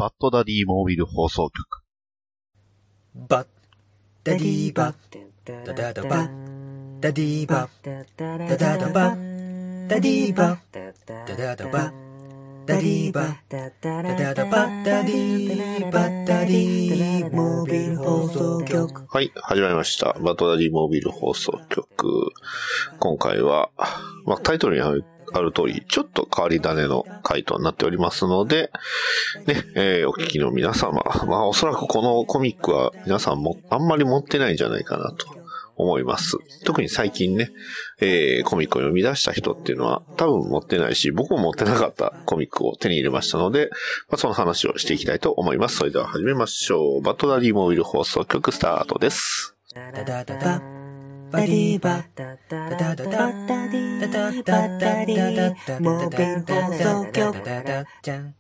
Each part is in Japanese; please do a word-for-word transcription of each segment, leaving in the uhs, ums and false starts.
バッドダディモービル放送局。 バッダディバッダダダバッダディバッダダダバッダディバッダダダバッダディバッダダダバッダディバッダディモービル放送局。 はい、始まりました。バッドダディモービル放送局。今回は、まあ、タイトルにあるある通り、ちょっと変わり種の回答になっておりますので、ね、えー、お聞きの皆様、まあおそらくこのコミックは皆さんもあんまり持ってないんじゃないかなと思います。特に最近ね、えー、コミックを読み出した人っていうのは多分持ってないし、僕も持ってなかったコミックを手に入れましたので、まあ、その話をしていきたいと思います。それでは始めましょう。バッドダディモービル放送局スタートです。 ダダダダバディバダダダダダダダダダダダモービル放送局。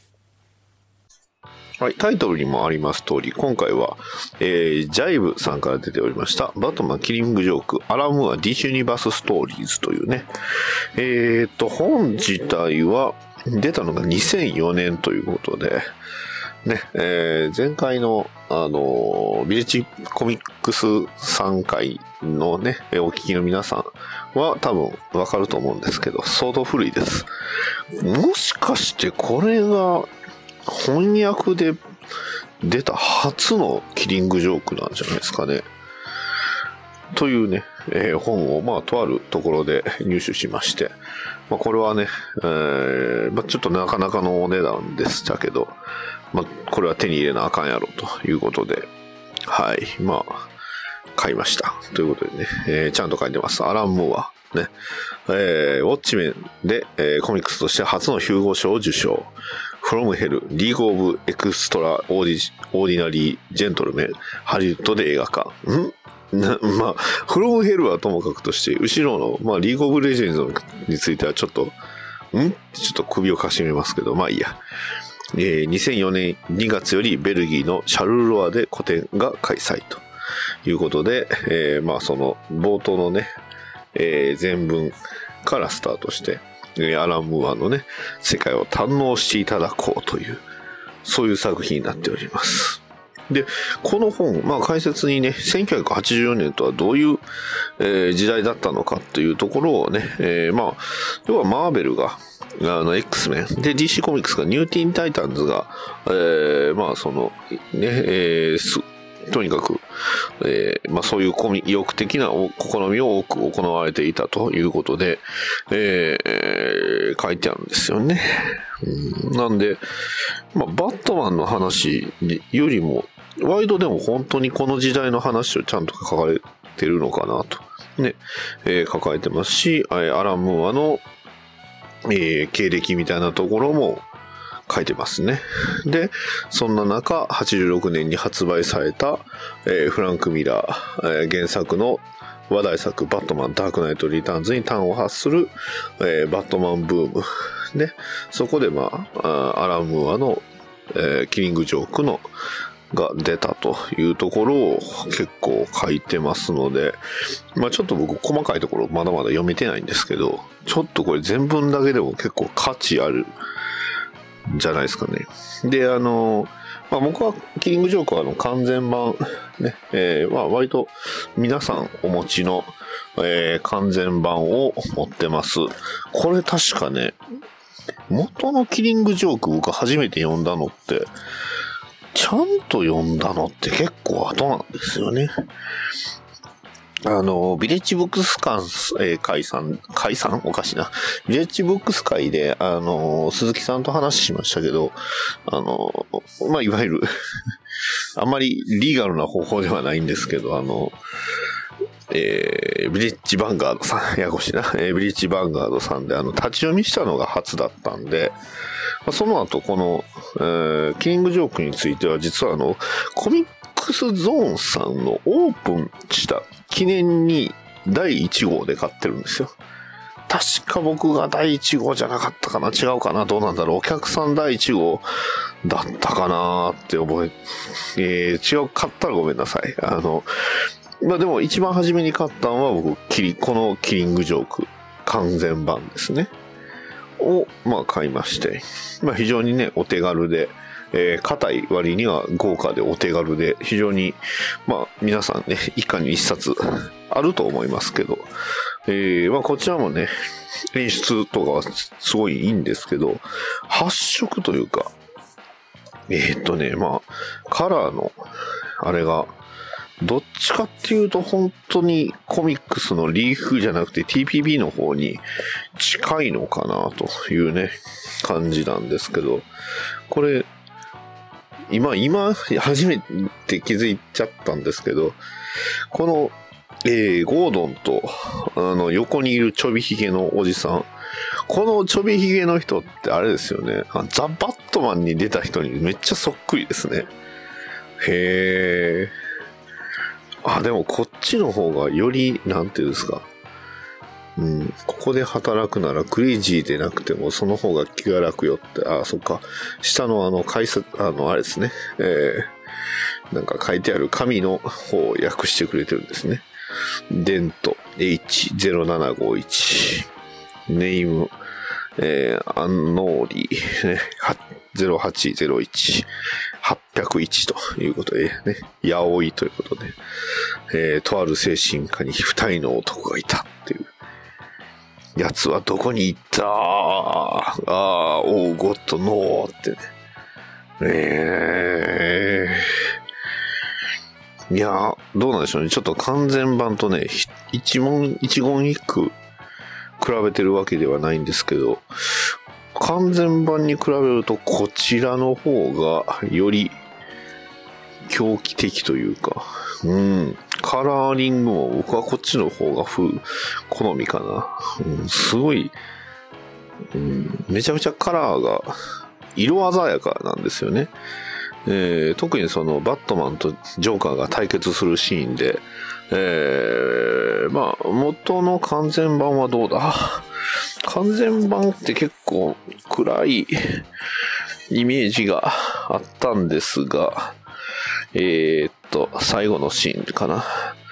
はい、タイトルにもあります通り、今回は、えー、ジャイブさんから出ておりましたバットマンキリングジョークアラムーア ディーシー ユニバースストーリーズというね、えーと本自体は出たのがにせんよねんということでね、えー、前回のあのビレッジコミックスさんかいのねお聞きの皆さんは多分わかると思うんですけど、相当古いです。もしかしてこれが翻訳で出た初のキリングジョークなんじゃないですかね。というね、えー、本をまあとあるところで入手しまして、まあ、これはね、えーまあ、ちょっとなかなかのお値段でしたけど、まあ、これは手に入れなあかんやろということで、はい、まあ買いましたということでね、えー、ちゃんと書いてます。アラン・ムーアね、えー、ウォッチメンで、えー、コミックスとして初のヒューゴ賞を受賞。フロムヘル、リーグオブエクストラオーディ、オーディナリージェントルメン、ハリウッドで映画化。んなまあ、フロムヘルはともかくとして、後ろの、まあ、リーグオブレジェンズについてはちょっと、んちょっと首をかしげますけど、まあいいや。えー、にせんよねんにがつよりベルギーのシャルルロアで個展が開催ということで、えー、まあその冒頭のね、えー、全文からスタートして、アラン・ムーアのね、世界を堪能していただこうという、そういう作品になっております。で、この本、まあ解説にね、せんきゅうひゃくはちじゅうよねんとはどういう、えー、時代だったのかというところをね、えー、まあ、要はマーベルが、あの、X メン、で、ディーシー コミックスがニューティーン・タイタンズが、えー、まあその、ね、えー、す、とにかく、えー、まあそういう意欲的な試みを多く行われていたということで、えー、書いてあるんですよね。うん、なんで、まあバットマンの話よりも、ワイドでも本当にこの時代の話をちゃんと書かれてるのかなと、ね、えー、書かれてますし、アラン・ムーアの、えー、経歴みたいなところも、書いてますね。で、そんな中、はちじゅうろくねんに発売された、えー、フランク・ミラー、えー、原作の話題作バットマンダークナイトリターンズに端を発する、えー、バットマンブーム。で、そこでまあ、アラン・ムーアの、えー、キリングジョークのが出たというところを結構書いてますので、まあちょっと僕細かいところまだまだ読めてないんですけど、ちょっとこれ全文だけでも結構価値あるじゃないですかね。で、あの、まあ、僕はキリングジョークはあの完全版ね、えー、まあ割と皆さんお持ちの、えー、完全版を持ってます。これ確かね、元のキリングジョーク僕初めて読んだのって、ちゃんと読んだのって結構後なんですよね。あの、ビレッジブックス館、えー、会さん、会さんおかしいな。ビレッジブックス会で、あの、鈴木さんと話しましたけど、あの、まあ、いわゆる、あんまりリーガルな方法ではないんですけど、あの、えー、ビレッジヴァンガードさん、ややこしいな、えー、ビレッジヴァンガードさんで、あの、立ち読みしたのが初だったんで、まあ、その後、この、えー、キリングジョークについては、実はあの、コミックスゾーンさんのオープンした記念にだいいち号で買ってるんですよ。確か僕がだいいち号じゃなかったかな、違うかな、どうなんだろう、お客さんだいいち号だったかなって覚え、えー、違う、買ったらごめんなさい。あの、まあでも一番初めに買ったのは僕、キリ、このキリングジョーク完全版ですね。を、まあ買いまして、まあ非常にね、お手軽で、 えー、硬い割には豪華でお手軽で、非常に、まあ、皆さんね、一家に一冊あると思いますけど、えー、まあ、こちらもね、演出とかはすごいいいんですけど、発色というか、えー、っとね、まあ、カラーの、あれが、どっちかっていうと本当にコミックスのリーフじゃなくて ティーピービー の方に近いのかなというね、感じなんですけど、これ、今、今、初めて気づいちゃったんですけど、この、えー、ゴードンと、あの、横にいるちょびひげのおじさん、このちょびひげの人ってあれですよね、ザ・バットマンに出た人にめっちゃそっくりですね。へー。あ、でもこっちの方がより、なんていうんですか。うん、ここで働くならクレイジーでなくてもその方が気が楽よって、あ、そっか。下のあの、改札、あの、あれですね。えー、なんか書いてある紙の方を訳してくれてるんですね。デント エイチゼロななごいち。ネーム、えー、アンノーリー、ね、ゼロはちゼロいち。はっぴゃくいちということでね、やおいということで、えー、とある精神科に二人の男がいたっていう。やつはどこに行ったああ、オーゴッドノーってね。えー、いや、どうなんでしょうね。ちょっと完全版とね、一問一言一句比べてるわけではないんですけど、完全版に比べるとこちらの方がより狂気的というか、うん、カラーリングも僕はこっちの方がふ好みかな、うん、すごい、うん、めちゃくちゃカラーが色鮮やかなんですよね。えー、特にそのバットマンとジョーカーが対決するシーンで、えー、まあ元の完全版はどうだ完全版って結構暗いイメージがあったんですが、えー、っと最後のシーンかな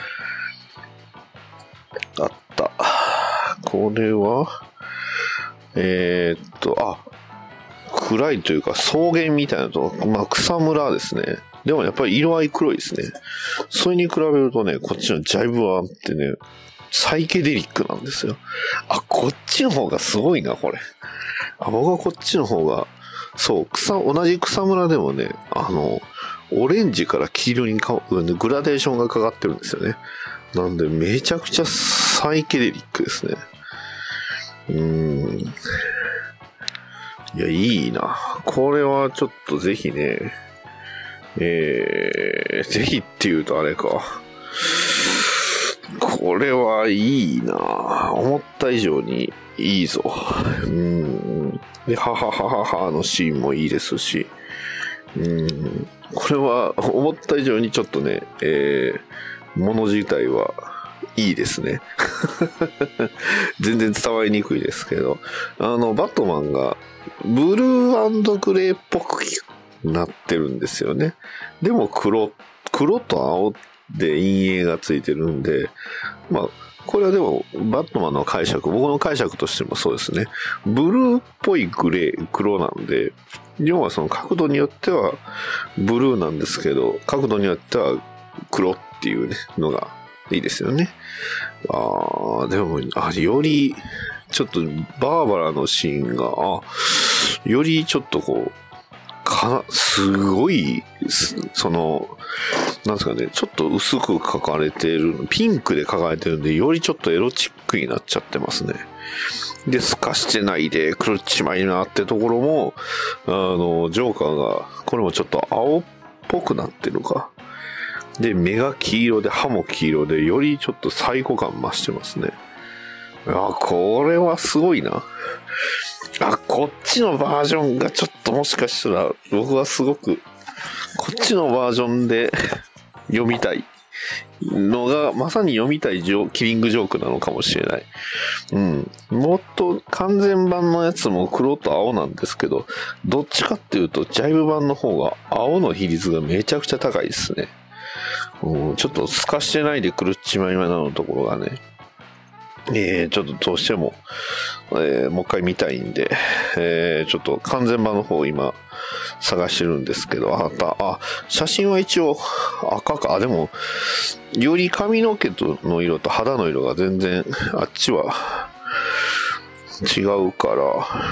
あった。これはえー、っとあ暗いというか草原みたいなと、まあ草むらですね。でもやっぱり色合い黒いですね。それに比べるとね、こっちのジャイブワンってね、サイケデリックなんですよ。あ、こっちの方がすごいな、これ。あ、僕はこっちの方が、そう、草、同じ草むらでもね、あの、オレンジから黄色にかグラデーションがかかってるんですよね。なんで、めちゃくちゃサイケデリックですね。うーん。いや、いいな。これはちょっとぜひね、えー、ぜひって言うとあれか。これはいいな。思った以上にいいぞ。うん。で、はははははのシーンもいいですし。うん。これは思った以上にちょっとね、えー、もの自体はいいですね。全然伝わりにくいですけど。あの、バットマンがブルー&グレーっぽくなってるんですよね。でも黒、黒と青で陰影がついてるんで、まあ、これはでも、バットマンの解釈、僕の解釈としてもそうですね。ブルーっぽいグレー、黒なんで、要はその角度によってはブルーなんですけど、角度によっては黒っていう、ね、のがいいですよね。ああ、でも、あ、より、ちょっとバーバラのシーンが、あ、よりちょっとこう、かな、すごい、その、なんですかね、ちょっと薄く描かれてる、ピンクで描かれてるんで、よりちょっとエロチックになっちゃってますね。で、透かしてないで狂っちまいなってところも、あの、ジョーカーが、これもちょっと青っぽくなってるか。で、目が黄色で、歯も黄色で、よりちょっとサイコ感増してますね。あ、これはすごいな。あ、こっちのバージョンがちょっともしかしたら僕はすごくこっちのバージョンで読みたいのがまさに読みたいジョキリングジョークなのかもしれない。うん。もっと完全版のやつも黒と青なんですけど、どっちかっていうとジャイブ版の方が青の比率がめちゃくちゃ高いですね。うん、ちょっと透かしてないで狂っちまいまなのところがね。 えー、ちょっとどうしても、えー、もう一回見たいんで、えー、ちょっと完全版の方を今探してるんですけど、あった、あ、写真は一応赤か、あ、でも、より髪の毛の色と肌の色が全然、あっちは違うから、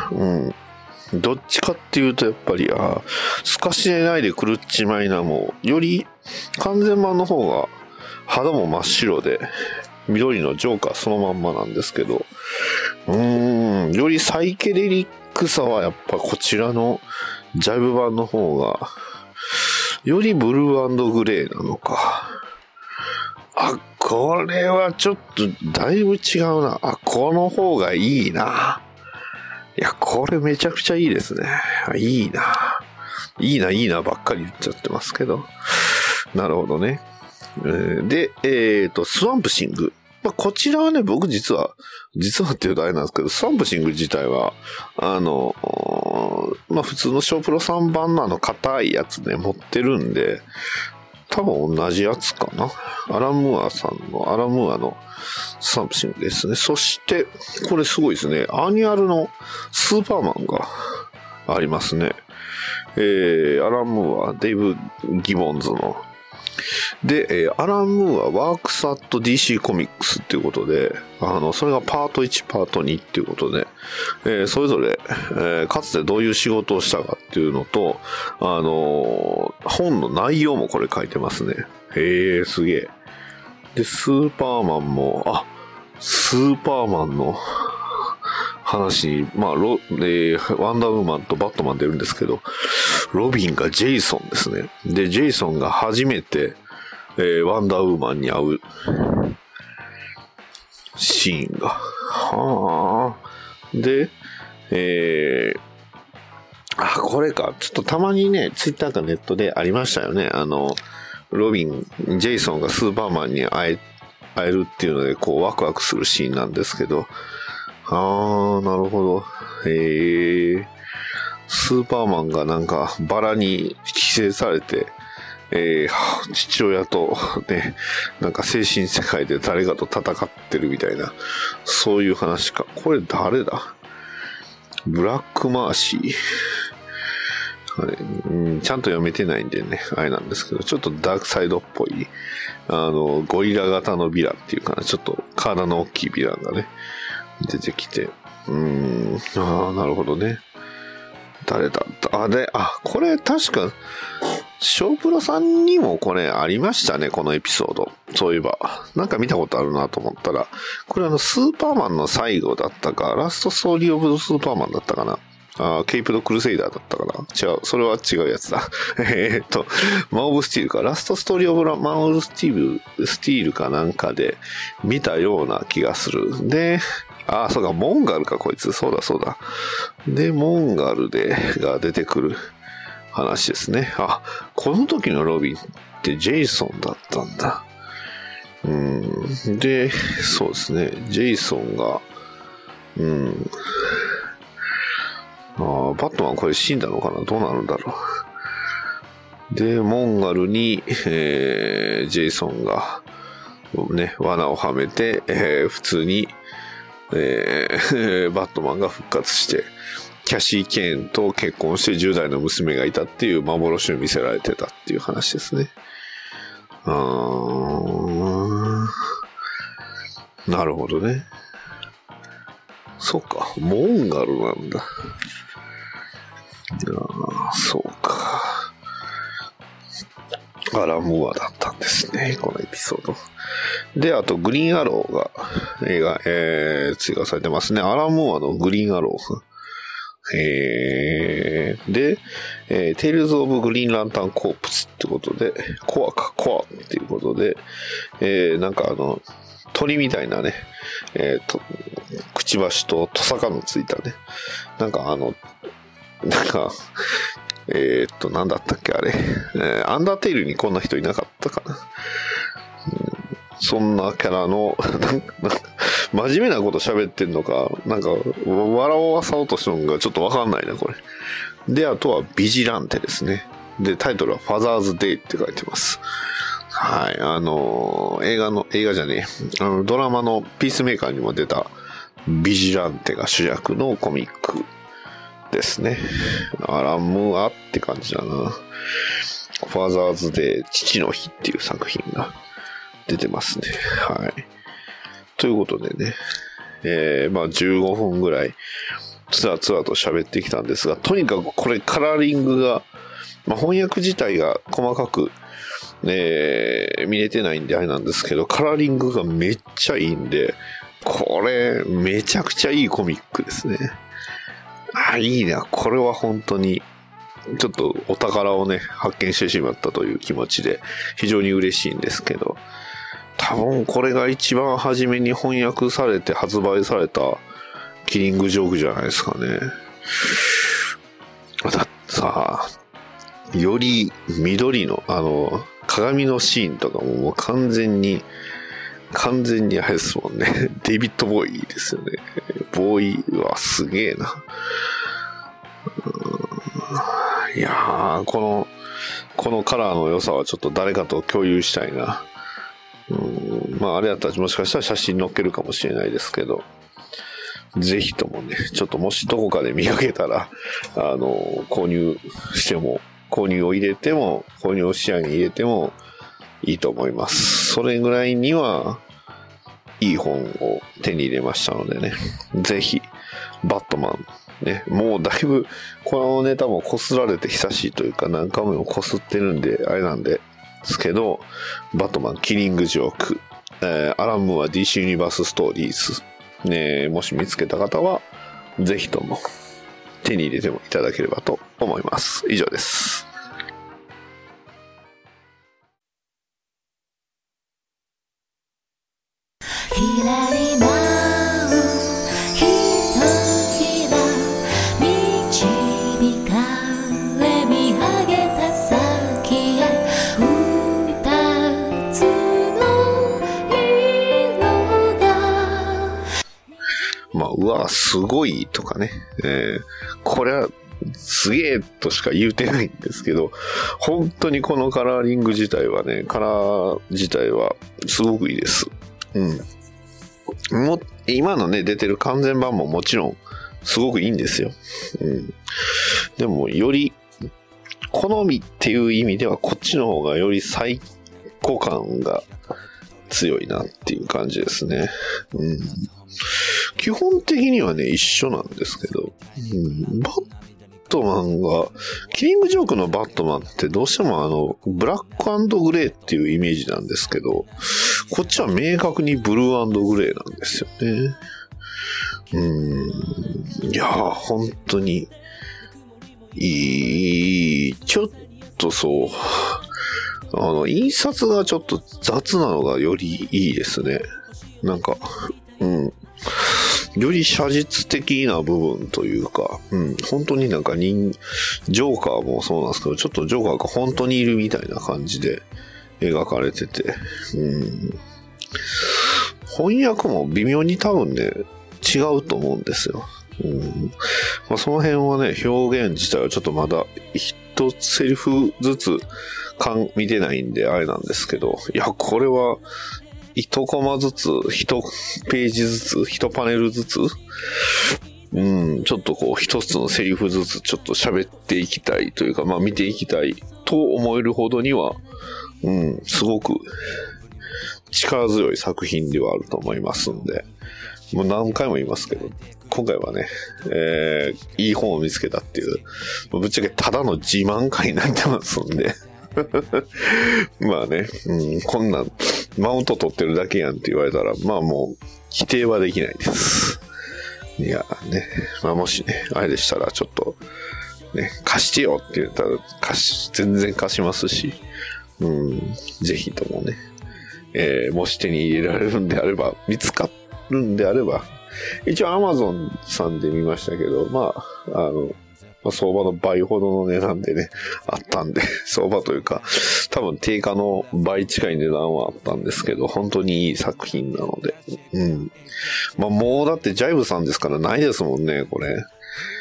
うん。どっちかっていうとやっぱり、あ、透かしないで狂っちまいなも、より完全版の方が肌も真っ白で、緑のジョーカーそのまんまなんですけど、うーん、よりサイケデリックさはやっぱこちらのジャイブ版の方が、よりブルー&グレーなのか。あ、これはちょっとだいぶ違うな。あ、この方がいいな。いや、これめちゃくちゃいいですね。いいな。いいな、いいなばっかり言っちゃってますけど。なるほどね。で、えっと、スワンプシング。まあ、こちらはね、僕実は、実はっていうとあれなんですけど、スワンプシング自体は、あの、まあ、普通のショープロさん版のあの硬いやつね、持ってるんで、多分同じやつかな。アラムーアさんの、アラムーアのスワンプシングですね。そして、これすごいですね。アニュアルのスーパーマンがありますね。えー、アラムーア、デイブ・ギボンズの、で、えー、アラン・ムーアワークスアット ディーシー コミックスっていうことで、あの、それがパートいち、パートにっていうことで、えー、それぞれ、えー、かつてどういう仕事をしたかっていうのと、あのー、本の内容もこれ書いてますね。へえ、すげえ。で、スーパーマンも、あ、スーパーマンの話、まあ、ロ、えー、ワンダーウーマンとバットマン出るんですけど、ロビンがジェイソンですね。で、ジェイソンが初めて、えー、ワンダーウーマンに会うシーンが。はあ。で、えー、あ、これか。ちょっとたまにね、ツイッターかネットでありましたよね。あの、ロビン、ジェイソンがスーパーマンに会え、会えるっていうので、こう、ワクワクするシーンなんですけど、あー、なるほど。へー。スーパーマンがなんかバラに寄生されて、えー、父親とね、なんか精神世界で誰かと戦ってるみたいな、そういう話か。これ誰だ？ブラックマーシー。あれ、うん、ちゃんと読めてないんでね、あれなんですけど、ちょっとダークサイドっぽい、あの、ゴリラ型のヴィランっていうかな、ちょっと体の大きいヴィランがね、出てきて、うーん、ああ、なるほどね。誰だった？あ、で、あ、これ確か、ショープロさんにもこれありましたね、このエピソード。そういえば。なんか見たことあるなと思ったら、これあの、スーパーマンの最後だったか、ラストストーリーオブスーパーマンだったかな。あ、ケイプドクルセイダーだったかな。違う、それは違うやつだ。えっと、マンオブスティールか、ラストストーリーオブラマンオブスティール、スティールかなんかで見たような気がする。で、あ、そうか、モンガルか、こいつ。そうだ、そうだ。で、モンガルで、が出てくる話ですね。あ、この時のロビンってジェイソンだったんだ。うん。で、そうですね。ジェイソンが、うん。あ、バットマンこれ死んだのかな？どうなるんだろう。で、モンガルに、えー、ジェイソンが、ね、罠をはめて、えー、普通に、えー、バットマンが復活して、キャシー・ケーンと結婚してじゅう代の娘がいたっていう幻を見せられてたっていう話ですね。あー、なるほどね。そうか、モンガルなんだ。あ、そうか。アラムーアだったんですね、このエピソード。で、あと、グリーンアローが、映画、えー、追加されてますね。アラムーアのグリーンアロー。えー、で、えー、テイルズ・オブ・グリーン・ランタン・コープスってことで、コアか、コアっていうことで、えー、なんかあの、鳥みたいなね、えーと、くちばしとトサカのついたね、なんかあの、なんか、えー、っと、なんだったっけ、あれ、えー。アンダーテイルにこんな人いなかったかな。うん、そんなキャラの、なんか、真面目なこと喋ってんのか、なんか、笑わそうとしてるのがちょっとわかんないな、これ。で、あとはビジランテですね。で、タイトルはファザーズデイって書いてます。 はい。あの、映画の、映画じゃねえ、あの、ドラマのピースメーカーにも出たビジランテが主役のコミックですね。アラン・ムーアって感じだな。ファーザーズデー父の日っていう作品が出てますね。はい。ということでね、えー、まあじゅうごふんぐらいつらつらと喋ってきたんですが、とにかくこれカラーリングが、まあ、翻訳自体が細かく、えー、見れてないんであれなんですけど、カラーリングがめっちゃいいんで、これめちゃくちゃいいコミックですね。あ、いいな。これは本当にちょっとお宝をね発見してしまったという気持ちで非常に嬉しいんですけど、多分これが一番初めに翻訳されて発売されたキリングジョークじゃないですかね。だってさ、より緑のあの鏡のシーンとかももう完全に完全にあれですもんね。デイビッド・ボーイですよね。ボーイはすげえな。いやー、このこのカラーの良さはちょっと誰かと共有したいな。うん、まああれだったらもしかしたら写真載っけるかもしれないですけど、ぜひともね、ちょっともしどこかで見かけたらあの購入しても、購入を入れても購入を視野に入れてもいいと思います。それぐらいにはいい本を手に入れましたのでね、ぜひバットマンね、もうだいぶこのネタもこすられて久しいというか何回もこすってるんであれなんですけど、バットマンキリングジョーク、えー、アラン・ムーア ディーシー ユニバースストーリーズ、ね、もし見つけた方はぜひとも手に入れてもいただければと思います。以上です。 左舞うひとひら導かれ見上げた先へ二つの色が、 まあ、うわすごいとかね、えー、これはすげえとしか言うてないんですけど、本当にこのカラーリング自体はね、カラー自体はすごくいいです。うん。も今のね出てる完全版ももちろんすごくいいんですよ。うん。でもより好みっていう意味ではこっちの方がより最高感が強いなっていう感じですね。うん。基本的にはね一緒なんですけど、うん、バットマンがキリングジョークのバットマンってどうしてもあのブラック&グレーっていうイメージなんですけど、こっちは明確にブルー&グレーなんですよね。うーん、いやー本当にいい。ちょっとそうあの印刷がちょっと雑なのがよりいいですね。なんかうんより写実的な部分というか、うん、本当になんか人、ジョーカーもそうなんですけど、ちょっとジョーカーが本当にいるみたいな感じで描かれてて、うん、翻訳も微妙に多分ね、違うと思うんですよ。うんまあ、その辺はね、表現自体はちょっとまだ一セリフずつ感見てないんであれなんですけど、いや、これは、一コマずつ、一ページずつ、一パネルずつ、うん、ちょっとこう一つのセリフずつちょっと喋っていきたいというか、まあ見ていきたいと思えるほどには、うん、すごく力強い作品ではあると思いますんで、もう何回も言いますけど、今回はね、えー、いい本を見つけたっていう、ぶっちゃけただの自慢会になってますんで、まあね、うん、こんなんマウント取ってるだけやんって言われたら、まあもう否定はできないです。いやね、まあもしね、あれでしたらちょっとね、貸してよって言ったら貸し、全然貸しますし、うん、ぜひともね、えー、もし手に入れられるんであれば、見つかるんであれば、一応 Amazon さんで見ましたけど、まあ、あの、相場の倍ほどの値段でね、あったんで、相場というか、多分定価の倍近い値段はあったんですけど、本当にいい作品なので、うん。まあもうだってジャイブさんですからないですもんね、これ。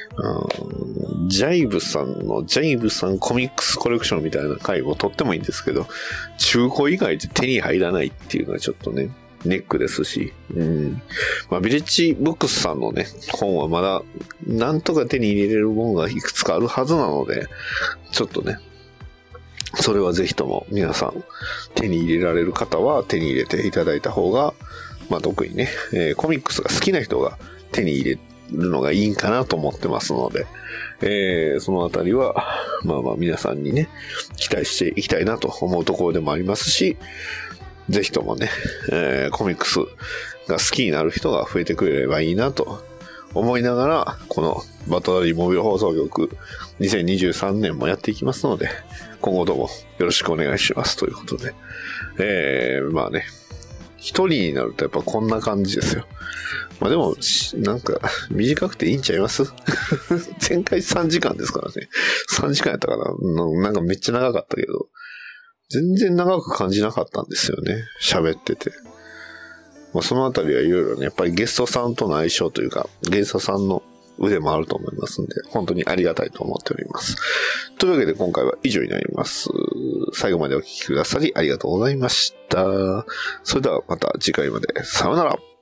うん、ジャイブさんのジャイブさんコミックスコレクションみたいな回をとってもいいんですけど、中古以外で手に入らないっていうのはちょっとね、ネックですし、うん。まあ、ビレッジブックスさんのね、本はまだ、なんとか手に入れれるものがいくつかあるはずなので、ちょっとね、それはぜひとも皆さん手に入れられる方は手に入れていただいた方が、まあ、特にね、えー、コミックスが好きな人が手に入れるのがいいんかなと思ってますので、えー、そのあたりは、まあまあ皆さんにね、期待していきたいなと思うところでもありますし、ぜひともね、えー、コミックスが好きになる人が増えてくれればいいなと思いながら、このバトダディモビル放送局にせんにじゅうさんねんもやっていきますので、今後ともよろしくお願いしますということで、えー、まあね、一人になるとやっぱこんな感じですよ。まあでも、なんか短くていいんちゃいます前回さんじかんですからね。さんじかんやったかな。なんかめっちゃ長かったけど、全然長く感じなかったんですよね。喋ってて。まあ、そのあたりはいろいろね、やっぱりゲストさんとの相性というか、ゲストさんの腕もあると思いますんで、本当にありがたいと思っております。というわけで今回は以上になります。最後までお聞きくださりありがとうございました。それではまた次回まで。さようなら。